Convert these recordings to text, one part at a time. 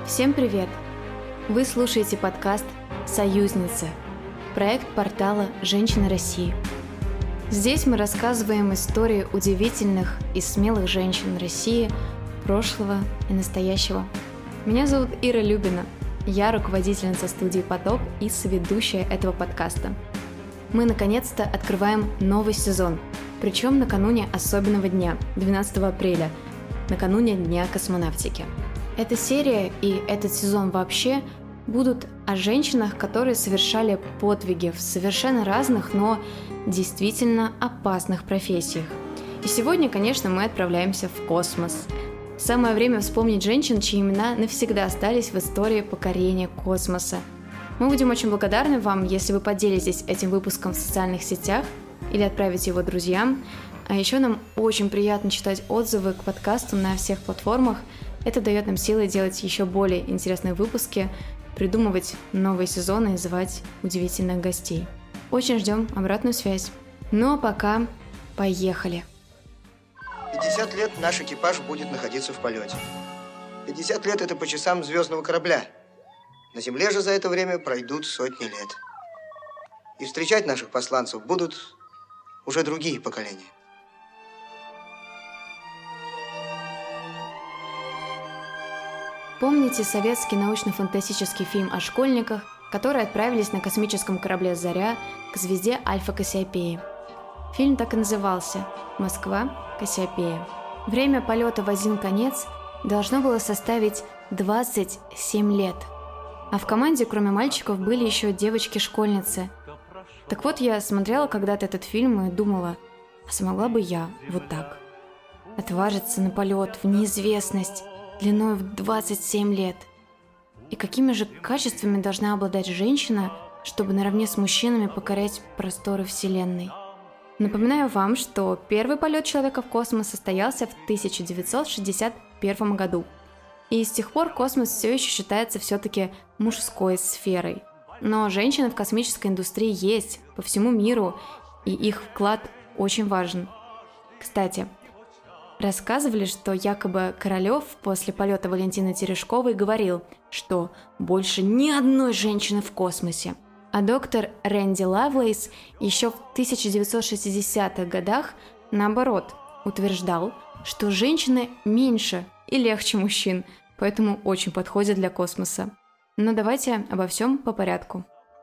Всем привет! Вы слушаете подкаст «Союзница», проект портала «Женщины России». Здесь мы рассказываем истории удивительных и смелых женщин России, прошлого и настоящего. Меня зовут Ира Любина, я руководительница студии «Поток» и соведущая этого подкаста. Мы наконец-то открываем новый сезон, причем накануне особенного дня, 12 апреля, накануне Дня космонавтики. Эта серия и этот сезон вообще будут о женщинах, которые совершали подвиги в совершенно разных, но действительно опасных профессиях. И сегодня, конечно, мы отправляемся в космос. Самое время вспомнить женщин, чьи имена навсегда остались в истории покорения космоса. Мы будем очень благодарны вам, если вы поделитесь этим выпуском в социальных сетях или отправите его друзьям. А еще нам очень приятно читать отзывы к подкасту на всех платформах. Это дает нам силы делать еще более интересные выпуски, придумывать новые сезоны и звать удивительных гостей. Очень ждем обратную связь. Ну а пока поехали! 50 лет наш экипаж будет находиться в полете. 50 лет – это по часам звездного корабля. На Земле же за это время пройдут сотни лет. И встречать наших посланцев будут уже другие поколения. Помните советский научно-фантастический фильм о школьниках, которые отправились на космическом корабле «Заря» к звезде Альфа Кассиопеи? Фильм так и назывался «Москва, Кассиопея». Время полета в один конец должно было составить 27 лет. А в команде, кроме мальчиков, были еще девочки-школьницы. Так вот, я смотрела когда-то этот фильм и думала, а смогла бы я вот так? Отважиться на полет в неизвестность длиной в 27 лет. И какими же качествами должна обладать женщина, чтобы наравне с мужчинами покорять просторы Вселенной? Напоминаю вам, что первый полет человека в космос состоялся в 1961 году. И с тех пор космос все еще считается все-таки мужской сферой. Но женщины в космической индустрии есть по всему миру, и их вклад очень важен. Кстати, рассказывали, что якобы Королёв после полета Валентины Терешковой говорил, что больше ни одной женщины в космосе. А доктор Рэнди Лавлейс еще в 1960-х годах, наоборот, утверждал, что женщины меньше и легче мужчин, поэтому очень подходят для космоса. Но давайте обо всем по порядку.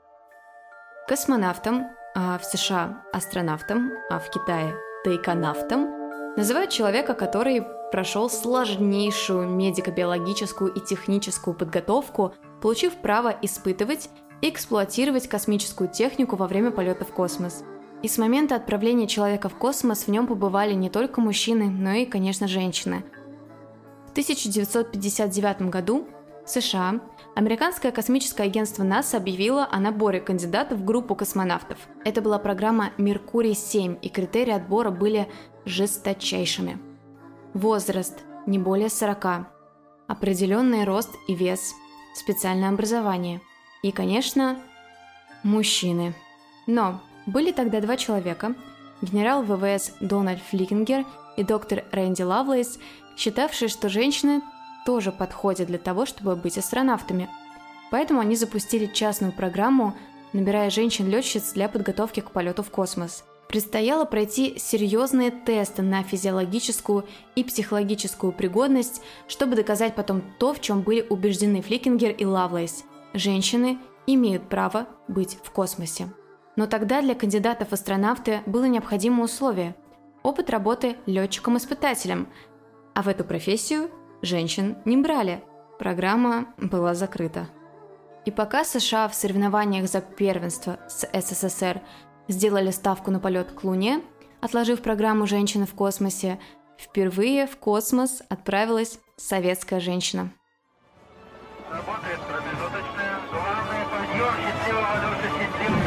Космонавтом, а в США астронавтом, а в Китае тайконавтом называют человека, который прошел сложнейшую медико-биологическую и техническую подготовку, получив право испытывать и эксплуатировать космическую технику во время полета в космос. И с момента отправления человека в космос в нем побывали не только мужчины, но и, конечно, женщины. В 1959 году в США американское космическое агентство НАСА объявило о наборе кандидатов в группу космонавтов. Это была программа «Меркурий-7», и критерии отбора были жесточайшими. Возраст не более 40, определенный рост и вес, специальное образование и, конечно, мужчины. Но были тогда два человека, генерал ВВС Дональд Фликингер и доктор Рэнди Лавлейс, считавшие, что женщины тоже подходят для того, чтобы быть астронавтами. Поэтому они запустили частную программу, набирая женщин-летчиц для подготовки к полету в космос. Предстояло пройти серьезные тесты на физиологическую и психологическую пригодность, чтобы доказать потом то, в чем были убеждены Фликингер и Лавлейс. Женщины имеют право быть в космосе. Но тогда для кандидатов в астронавты было необходимо условие – опыт работы летчиком-испытателем, а в эту профессию женщин не брали. Программа была закрыта. И пока США в соревнованиях за первенство с СССР сделали ставку на полет к Луне, отложив программу «Женщины в космосе», впервые в космос отправилась советская женщина. Работает промежуточная, главный подъем счастливого души системы.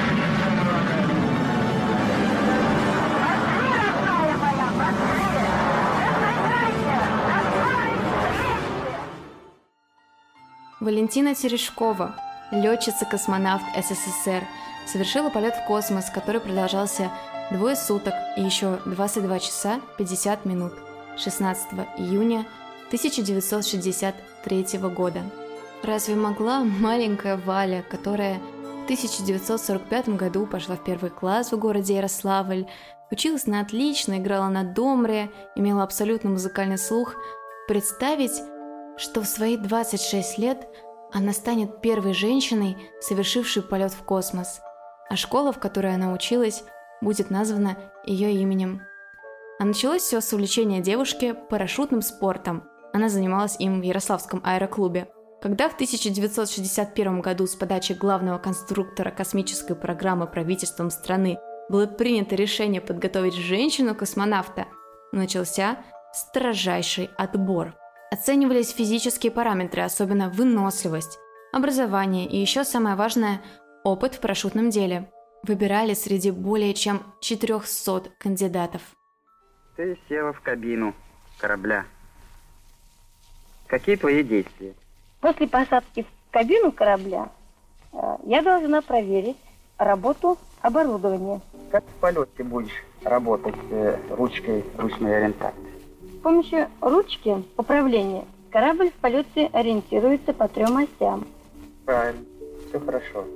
Валентина Терешкова, летчица-космонавт СССР, совершила полет в космос, который продолжался 2 суток и еще 22 часа 50 минут 16 июня 1963 года. Разве могла маленькая Валя, которая в 1945 году пошла в 1 класс в городе Ярославль, училась на отлично, играла на домре, имела абсолютно музыкальный слух, представить, что в свои 26 лет она станет первой женщиной, совершившей полет в космос, а школа, в которой она училась, будет названа ее именем. А началось все с увлечения девушки парашютным спортом. Она занималась им в Ярославском аэроклубе. Когда в 1961 году с подачи главного конструктора космической программы правительством страны было принято решение подготовить женщину-космонавта, начался строжайший отбор. Оценивались физические параметры, особенно выносливость, образование и еще самое важное – опыт в парашютном деле. Выбирали среди более чем 400 кандидатов. Ты села в кабину корабля. Какие твои действия? После посадки в кабину корабля я должна проверить работу оборудования. Как в полете будешь работать ручкой ручной ориентации? С помощью ручки управления корабль в полете ориентируется по 3 осям. Правильно, все хорошо.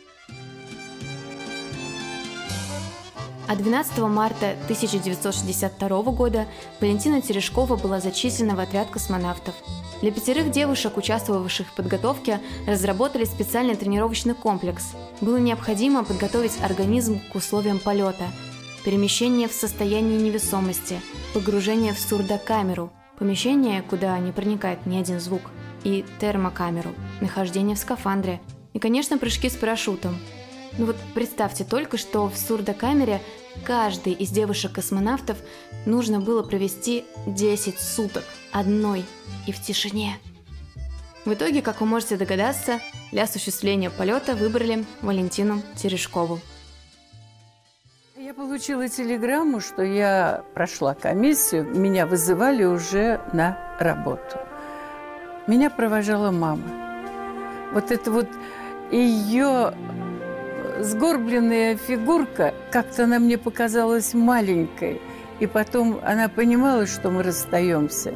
А 12 марта 1962 года Валентина Терешкова была зачислена в отряд космонавтов. Для 5 девушек, участвовавших в подготовке, разработали специальный тренировочный комплекс. Было необходимо подготовить организм к условиям полета, перемещение в состоянии невесомости, погружение в сурдокамеру, помещение, куда не проникает ни один звук, и термокамеру, нахождение в скафандре и, конечно, прыжки с парашютом. Ну вот представьте только, что в сурдокамере каждой из девушек-космонавтов нужно было провести 10 суток одной и в тишине. В итоге, как вы можете догадаться, для осуществления полета выбрали Валентину Терешкову. Я получила телеграмму, что я прошла комиссию, меня вызывали уже на работу. Меня провожала мама. Вот это вот ее сгорбленная фигурка, как-то она мне показалась маленькой. И потом она понимала, что мы расстаемся.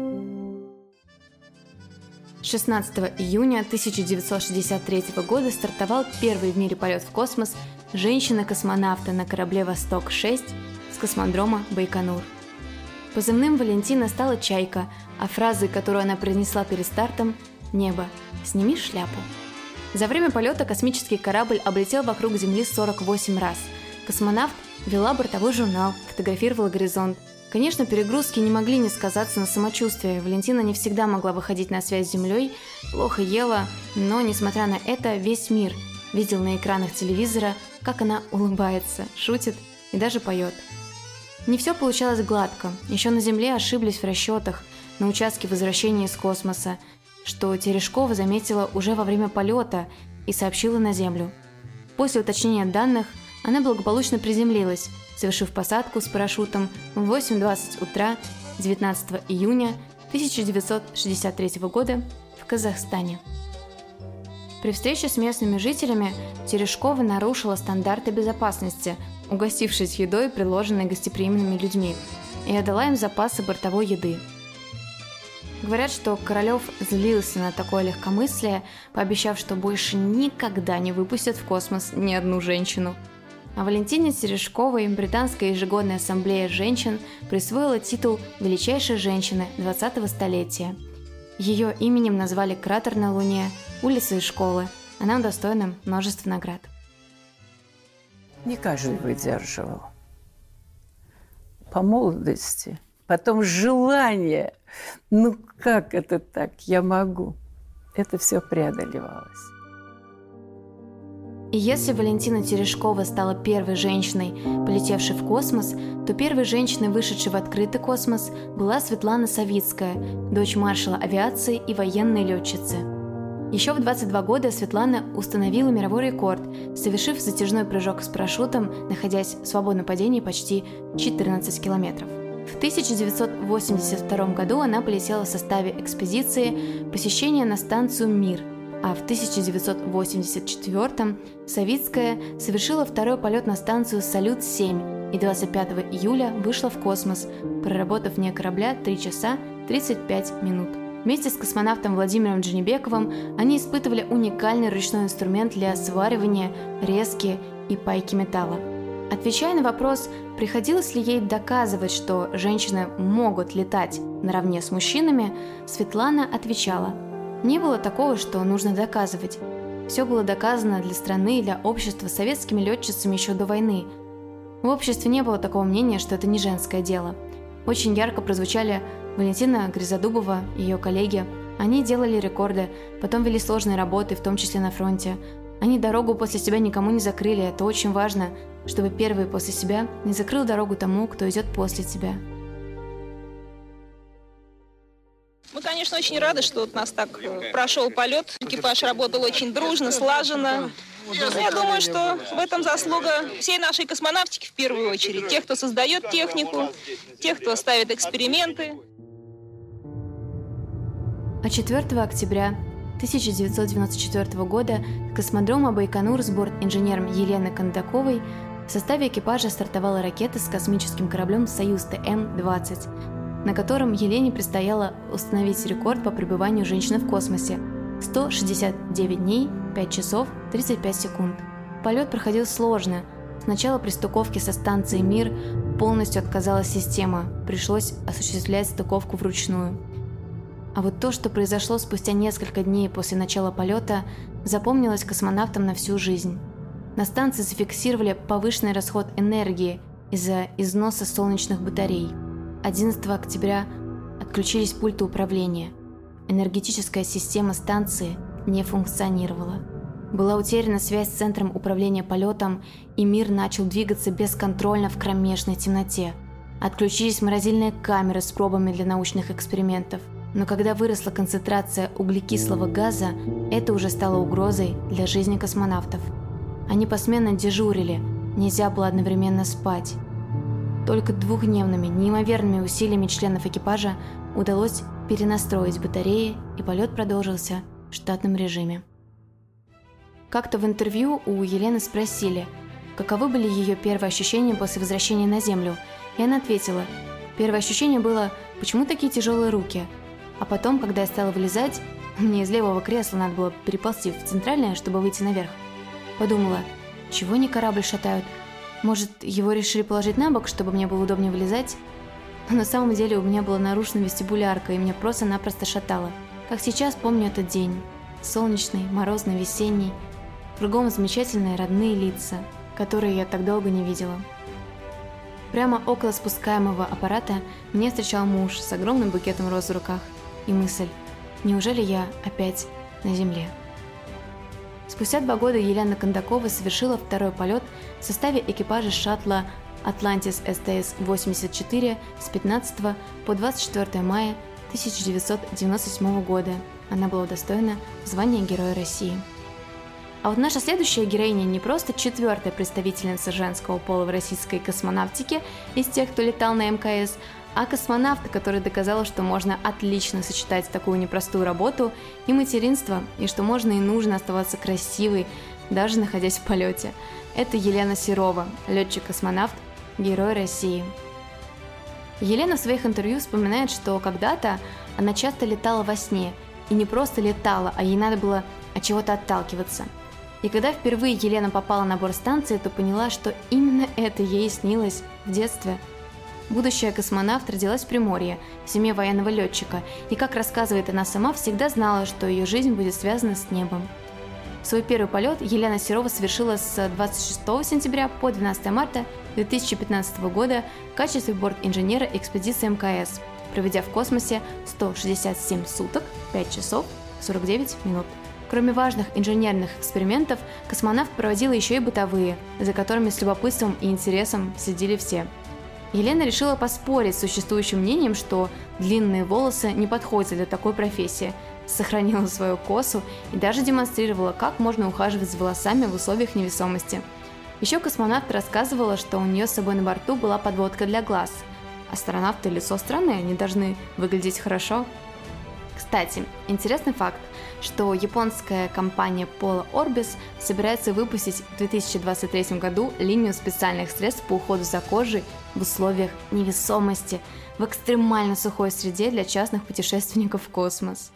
16 июня 1963 года стартовал первый в мире полет в космос женщины-космонавта на корабле «Восток-6» с космодрома Байконур. Позывным Валентина стала «Чайка», а фразой, которую она произнесла перед стартом – «Небо, сними шляпу». За время полета космический корабль облетел вокруг Земли 48 раз. Космонавт вела бортовой журнал, фотографировала горизонт. Конечно, перегрузки не могли не сказаться на самочувствии. Валентина не всегда могла выходить на связь с Землей, плохо ела, но, несмотря на это, весь мир видел на экранах телевизора, как она улыбается, шутит и даже поет. Не все получалось гладко. Еще на Земле ошиблись в расчетах на участке возвращения из космоса, что Терешкова заметила уже во время полета и сообщила на Землю. После уточнения данных она благополучно приземлилась, совершив посадку с парашютом в 8:20 утра 19 июня 1963 года в Казахстане. При встрече с местными жителями Терешкова нарушила стандарты безопасности, угостившись едой, предложенной гостеприимными людьми, и отдала им запасы бортовой еды. Говорят, что Королёв злился на такое легкомыслие, пообещав, что больше никогда не выпустят в космос ни одну женщину. А Валентине Терешковой Британская ежегодная ассамблея женщин присвоила титул «Величайшей женщины 20-го столетия». Ее именем назвали кратер на Луне, улицы и школы. Она удостоена множества наград. Не каждый выдерживал. По молодости, потом желание. Ну как это так? Я могу. Это все преодолевалось. И если Валентина Терешкова стала первой женщиной, полетевшей в космос, то первой женщиной, вышедшей в открытый космос, была Светлана Савицкая, дочь маршала авиации и военной летчицы. Еще в 22 года Светлана установила мировой рекорд, совершив затяжной прыжок с парашютом, находясь в свободном падении почти 14 километров. В 1982 году она полетела в составе экспедиции посещения на станцию «Мир», а в 1984 Савицкая совершила второй полет на станцию «Салют-7» и 25 июля вышла в космос, проработав вне корабля 3 часа 35 минут. Вместе с космонавтом Владимиром Джанибековым они испытывали уникальный ручной инструмент для сваривания резки и пайки металла. Отвечая на вопрос, приходилось ли ей доказывать, что женщины могут летать наравне с мужчинами, Светлана отвечала: «Не было такого, что нужно доказывать. Все было доказано для страны и для общества советскими летчицами еще до войны. В обществе не было такого мнения, что это не женское дело». Очень ярко прозвучали Валентина Гризодубова и ее коллеги. Они делали рекорды, потом вели сложные работы, в том числе на фронте. Они дорогу после себя никому не закрыли, это очень важно, чтобы первый после себя не закрыл дорогу тому, кто идет после тебя. Мы, конечно, очень рады, что у нас так прошел полет. Экипаж работал очень дружно, слаженно. Я думаю, что в этом заслуга всей нашей космонавтики в первую очередь. Тех, кто создает технику, тех, кто ставит эксперименты. А 4 октября 1994 года с космодрома Байконур с бортинженером Еленой Кондаковой в составе экипажа стартовала ракета с космическим кораблем «Союз-ТМ-20», на котором Елене предстояло установить рекорд по пребыванию женщины в космосе – 169 дней, 5 часов, 35 секунд. Полет проходил сложно. Сначала при стыковке со станцией «Мир» полностью отказалась система, пришлось осуществлять стыковку вручную. А вот то, что произошло спустя несколько дней после начала полета, запомнилось космонавтам на всю жизнь. На станции зафиксировали повышенный расход энергии из-за износа солнечных батарей. 11 октября отключились пульты управления. Энергетическая система станции не функционировала. Была утеряна связь с центром управления полетом, и мир начал двигаться бесконтрольно в кромешной темноте. Отключились морозильные камеры с пробами для научных экспериментов. Но когда выросла концентрация углекислого газа, это уже стало угрозой для жизни космонавтов. Они посменно дежурили, нельзя было одновременно спать. Только двухдневными, неимоверными усилиями членов экипажа удалось перенастроить батареи, и полет продолжился в штатном режиме. Как-то в интервью у Елены спросили, каковы были ее первые ощущения после возвращения на Землю, и она ответила: «Первое ощущение было, почему такие тяжелые руки? А потом, когда я стала вылезать, мне из левого кресла надо было переползти в центральное, чтобы выйти наверх. Подумала, чего они корабль шатают? Может, его решили положить на бок, чтобы мне было удобнее вылезать? Но на самом деле у меня была нарушена вестибулярка, и меня просто-напросто шатало. Как сейчас помню этот день. Солнечный, морозный, весенний. Кругом замечательные родные лица, которые я так долго не видела». Прямо около спускаемого аппарата меня встречал муж с огромным букетом роз в руках. И мысль: неужели я опять на Земле? Спустя 2 года Елена Кондакова совершила второй полет в составе экипажа шаттла «Атлантис СТС-84» с 15 по 24 мая 1997 года. Она была удостоена звания Героя России. А вот наша следующая героиня не просто 4-я представительница женского пола в российской космонавтике из тех, кто летал на МКС, а космонавт, который доказал, что можно отлично сочетать такую непростую работу и материнство, и что можно и нужно оставаться красивой, даже находясь в полете. Это Елена Серова, летчик-космонавт, Герой России. Елена в своих интервью вспоминает, что когда-то она часто летала во сне, и не просто летала, а ей надо было от чего-то отталкиваться. И когда впервые Елена попала на борт станции, то поняла, что именно это ей снилось в детстве. Будущая космонавт родилась в Приморье, в семье военного летчика, и, как рассказывает она сама, всегда знала, что ее жизнь будет связана с небом. Свой первый полет Елена Серова совершила с 26 сентября по 12 марта 2015 года в качестве бортинженера экспедиции МКС, проведя в космосе 167 суток, 5 часов, 49 минут. Кроме важных инженерных экспериментов, космонавт проводила еще и бытовые, за которыми с любопытством и интересом следили все. Елена решила поспорить с существующим мнением, что длинные волосы не подходят для такой профессии, сохранила свою косу и даже демонстрировала, как можно ухаживать за волосами в условиях невесомости. Еще космонавт рассказывала, что у нее с собой на борту была подводка для глаз. Астронавты – лицо страны, они должны выглядеть хорошо. Кстати, интересный факт, что японская компания Polar Orbis собирается выпустить в 2023 году линию специальных средств по уходу за кожей в условиях невесомости в экстремально сухой среде для частных путешественников в космос.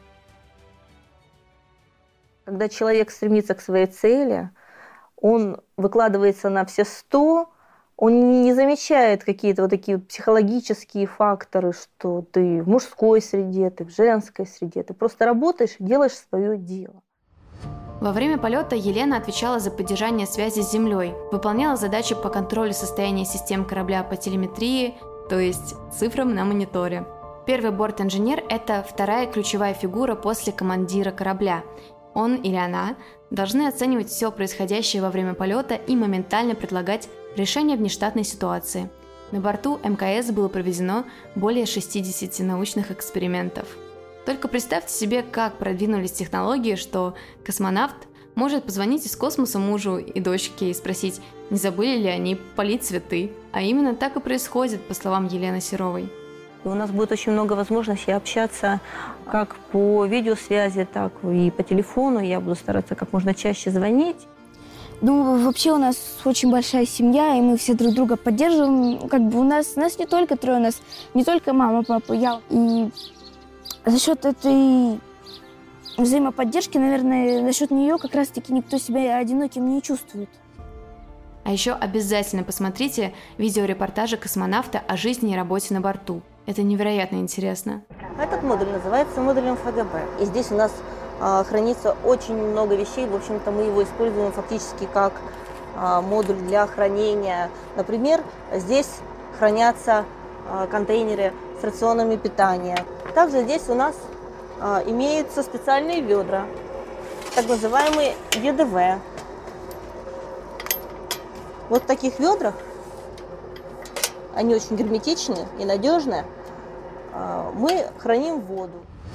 Когда человек стремится к своей цели, он выкладывается на все 100, он не замечает какие-то вот такие психологические факторы, что ты в мужской среде, ты в женской среде. Ты просто работаешь и делаешь свое дело. Во время полета Елена отвечала за поддержание связи с Землей, выполняла задачи по контролю состояния систем корабля по телеметрии, то есть цифрам на мониторе. Первый борт-инженер – это вторая ключевая фигура после командира корабля. Он или она должны оценивать все происходящее во время полета и моментально предлагать решение внештатной ситуации. На борту МКС было проведено более 60 научных экспериментов. Только представьте себе, как продвинулись технологии, что космонавт может позвонить из космоса мужу и дочке и спросить, не забыли ли они полить цветы. А именно так и происходит, по словам Елены Серовой. У нас будет очень много возможностей общаться как по видеосвязи, так и по телефону. Я буду стараться как можно чаще звонить. Ну, вообще у нас очень большая семья, и мы все друг друга поддерживаем. Как бы у нас не только трое, у нас не только мама, папа, я. И за счет этой взаимоподдержки, наверное, за счет нее как раз-таки никто себя одиноким не чувствует. А еще обязательно посмотрите видеорепортажи космонавта о жизни и работе на борту. Это невероятно интересно. Этот модуль называется модулем ФГБ. И здесь у нас хранится очень много вещей. В общем-то, мы его используем фактически как модуль для хранения. Например, здесь хранятся контейнеры с рационами питания. Также здесь у нас имеются специальные ведра, так называемые ЕДВ. Вот в таких ведрах, они очень герметичные и надежные, мы храним воду.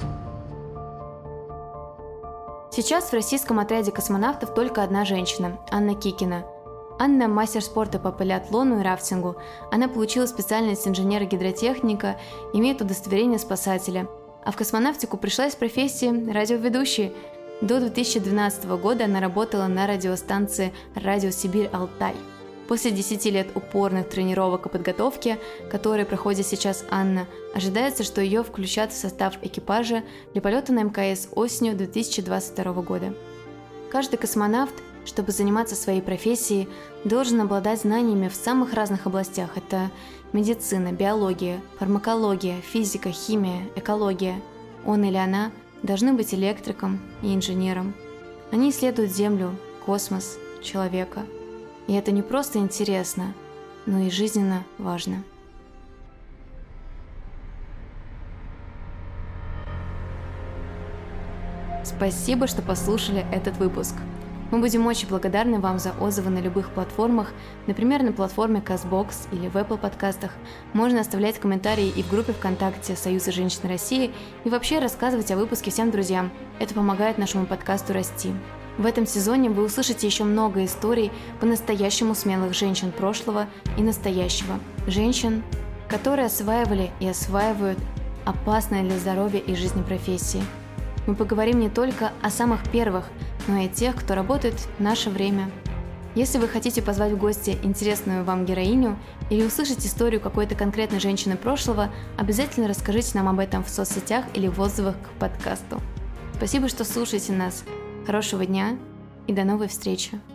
Сейчас в российском отряде космонавтов только одна женщина – Анна Кикина. Анна – мастер спорта по полиатлону и рафтингу. Она получила специальность инженера-гидротехника, имеет удостоверение спасателя. А в космонавтику пришла из профессии радиоведущей. До 2012 года она работала на радиостанции «Радио Сибирь-Алтай». После 10 лет упорных тренировок и подготовки, которые проходит сейчас Анна, ожидается, что ее включат в состав экипажа для полета на МКС осенью 2022 года. Каждый космонавт, чтобы заниматься своей профессией, должен обладать знаниями в самых разных областях. Это медицина, биология, фармакология, физика, химия, экология. Он или она должны быть электриком и инженером. Они исследуют Землю, космос, человека. И это не просто интересно, но и жизненно важно. Спасибо, что послушали этот выпуск. Мы будем очень благодарны вам за отзывы на любых платформах, например, на платформе CastBox или в Apple подкастах. Можно оставлять комментарии и в группе ВКонтакте Союза женщин России и вообще рассказывать о выпуске всем друзьям. Это помогает нашему подкасту расти. В этом сезоне вы услышите еще много историй по-настоящему смелых женщин прошлого и настоящего. Женщин, которые осваивали и осваивают опасные для здоровья и жизни профессии. Мы поговорим не только о самых первых, но и о тех, кто работает в наше время. Если вы хотите позвать в гости интересную вам героиню или услышать историю какой-то конкретной женщины прошлого, обязательно расскажите нам об этом в соцсетях или в отзывах к подкасту. Спасибо, что слушаете нас. Хорошего дня и до новой встречи!